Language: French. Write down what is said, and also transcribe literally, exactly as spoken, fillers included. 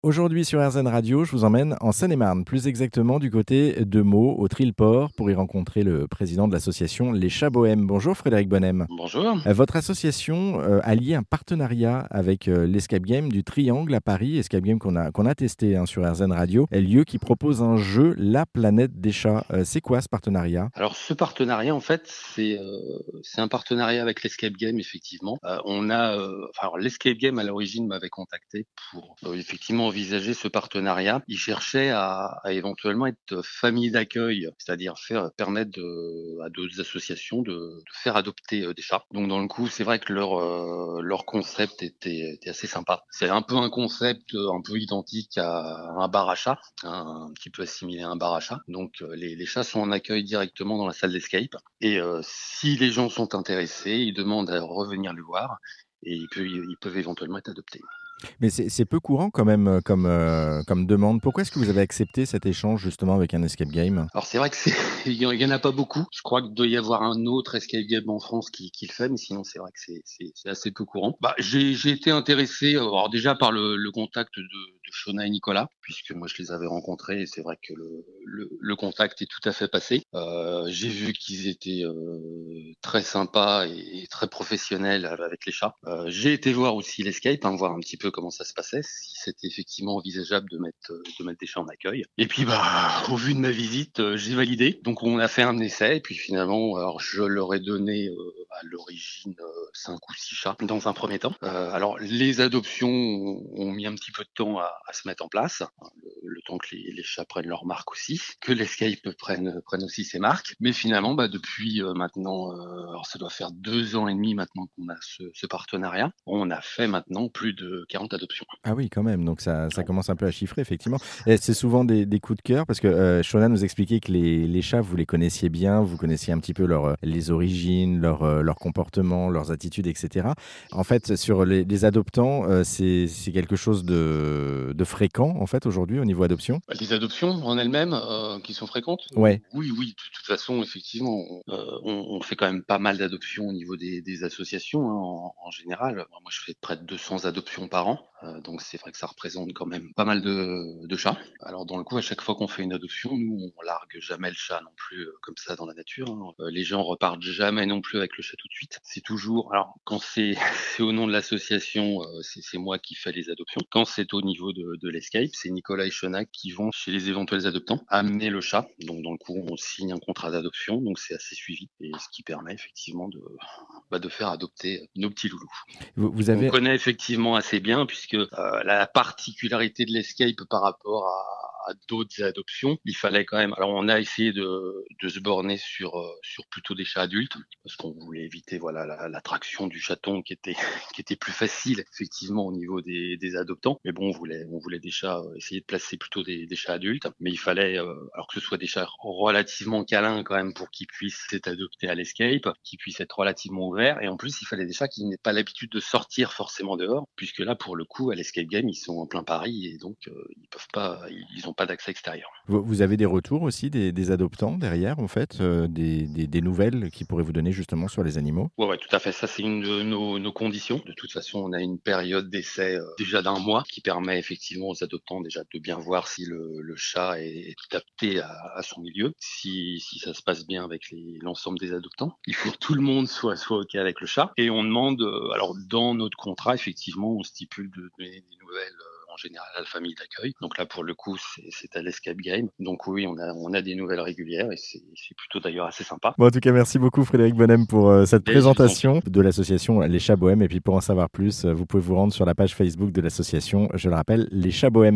Aujourd'hui sur R Z N Radio, je vous emmène en Seine-et-Marne, plus exactement du côté de Meaux, au Trille-Port, pour y rencontrer le président de l'association Les Chats Bohèmes. Bonjour Frédéric Bonnem. Bonjour. Euh, Votre association euh, a lié un partenariat avec euh, l'Escape Game du Triangle à Paris, Escape Game qu'on a, qu'on a testé hein, sur R Z N Radio, un lieu qui propose un jeu, La Planète des Chats. Euh, c'est quoi ce partenariat? Alors ce partenariat, en fait, c'est euh, c'est un partenariat avec l'Escape Game, effectivement. Euh, on a, euh, enfin, alors, l'Escape Game à l'origine m'avait contacté pour euh, effectivement envisager ce partenariat. Il cherchait à, à éventuellement être famille d'accueil, c'est-à-dire faire permettre de, à d'autres associations de, de faire adopter euh, des chats. Donc dans le coup, c'est vrai que leur euh, leur concept était, était assez sympa. C'est un peu un concept euh, un peu identique à un bar à chats, un, un petit peu assimilé à un bar à chats. Donc euh, les, les chats sont en accueil directement dans la salle d'escape. Et euh, si les gens sont intéressés, ils demandent à revenir le voir et ils peuvent, ils peuvent éventuellement être adoptés. Mais c'est c'est peu courant quand même euh, comme, euh, comme demande. Pourquoi est-ce que vous avez accepté cet échange justement avec un Escape Game? Alors c'est vrai que c'est, il y en il y en a pas beaucoup. Je crois qu'il doit y avoir un autre escape game en France qui, qui le fait, mais sinon c'est vrai que c'est, c'est, c'est assez peu courant. Bah j'ai, j'ai été intéressé, euh, alors déjà par le, le contact de, de Shona et Nicolas, puisque moi je les avais rencontrés et c'est vrai que le, le, le contact est tout à fait passé. Euh, j'ai vu qu'ils étaient euh, très sympas et, et très professionnels avec les chats. Euh, j'ai été voir aussi l'escape, hein, voir un petit peu comment ça se passait, si c'était effectivement envisageable de mettre de mettre des chats en accueil. Et puis bah au vu de ma visite, euh, j'ai validé. Donc on a fait un essai et puis finalement, alors je leur ai donné euh, à l'origine euh, cinq ou six chats dans un premier temps. Euh, alors les adoptions ont, ont mis un petit peu de temps à, à se mettre en place, hein, le, le temps que les, les chats prennent leur marque aussi, que l'escape prenne prenne aussi ses marques. Mais finalement, bah depuis euh, maintenant, euh, alors ça doit faire deux ans et demi maintenant qu'on a ce, ce partenariat, on a fait maintenant plus de quarante adoptions. Ah oui, quand même, donc ça, ça commence un peu à chiffrer, effectivement. Et c'est souvent des, des coups de cœur, parce que euh, Shona nous expliquait que les, les chats, vous les connaissiez bien, vous connaissiez un petit peu leur, euh, les origines, leur, euh, leur comportement, leurs attitudes, et cetera. En fait, sur les, les adoptants, euh, c'est, c'est quelque chose de, de fréquent, en fait, aujourd'hui, au niveau adoption? Les adoptions en elles-mêmes euh, qui sont fréquentes, euh, Ouais. oui, oui, de toute façon, effectivement, on, euh, on, on fait quand même pas mal d'adoptions au niveau des, des associations hein, en, en général. Moi, je fais près de deux cents adoptions par an, euh, donc c'est vrai que ça représente quand même pas mal de, de chats. Alors dans le coup, à chaque fois qu'on fait une adoption, nous, on largue jamais le chat non plus euh, comme ça dans la nature. Hein. Euh, les gens repartent jamais non plus avec le chat tout de suite. C'est toujours, alors quand c'est c'est au nom de l'association, euh, c'est c'est moi qui fais les adoptions. Quand c'est au niveau de, de l'escape, c'est Nicolas et Shona qui vont chez les éventuels adoptants amener le chat. Donc dans le coup, on signe un contrat d'adoption, donc c'est assez suivi et ce qui permet effectivement de bah, de faire adopter nos petits loulous. Vous, vous On avez... connaît effectivement assez bien puisque euh, la particularité de l'escape par rapport à, à d'autres adoptions, il fallait quand même. Alors on a essayé de, de se borner sur euh, sur plutôt des chats adultes parce qu'on voulait éviter voilà la- l'attraction du chaton qui était qui était plus facile effectivement au niveau des, des adoptants. Mais bon, on voulait on voulait des chats euh, essayer de placer plutôt des, des chats adultes. Mais il fallait euh, alors que ce soit des chats relativement câlins quand même pour qu'ils puissent être adoptés à l'escape, qu'ils puissent être relativement ouverts. Et en plus, il fallait des chats qui n'aient pas l'habitude de sortir forcément dehors, puisque là pour le coup à l'escape game ils sont en plein Paris et donc euh, ils peuvent pas, ils ont pas d'accès extérieur. Vous vous avez des retours aussi des, des adoptants derrière, en fait, euh, des, des, des nouvelles qu'ils pourraient vous donner justement sur les animaux? Ouais, ouais, tout à fait. Ça, c'est une de nos, nos conditions. De toute façon, on a une période d'essai euh, déjà d'un mois qui permet effectivement aux adoptants déjà de bien voir si le, le chat est adapté à, à son milieu, si, si ça se passe bien avec les- l'ensemble des adoptants. Il faut que tout le monde soit, soit OK avec le chat. Et on demande, euh, alors dans notre contrat, effectivement, on stipule de donner des nouvelles euh, en général à la famille d'accueil. Donc là, pour le coup, c'est c'est à l'escape game. Donc oui, on a, on a des nouvelles régulières et c'est c'est plutôt d'ailleurs assez sympa. Bon, en tout cas, merci beaucoup Frédéric Bonnem pour euh, cette Et je vous en prie. présentation de l'association Les Chats Bohèmes. Et puis pour en savoir plus, euh, vous pouvez vous rendre sur la page Facebook de l'association, je le rappelle, Les Chats Bohèmes.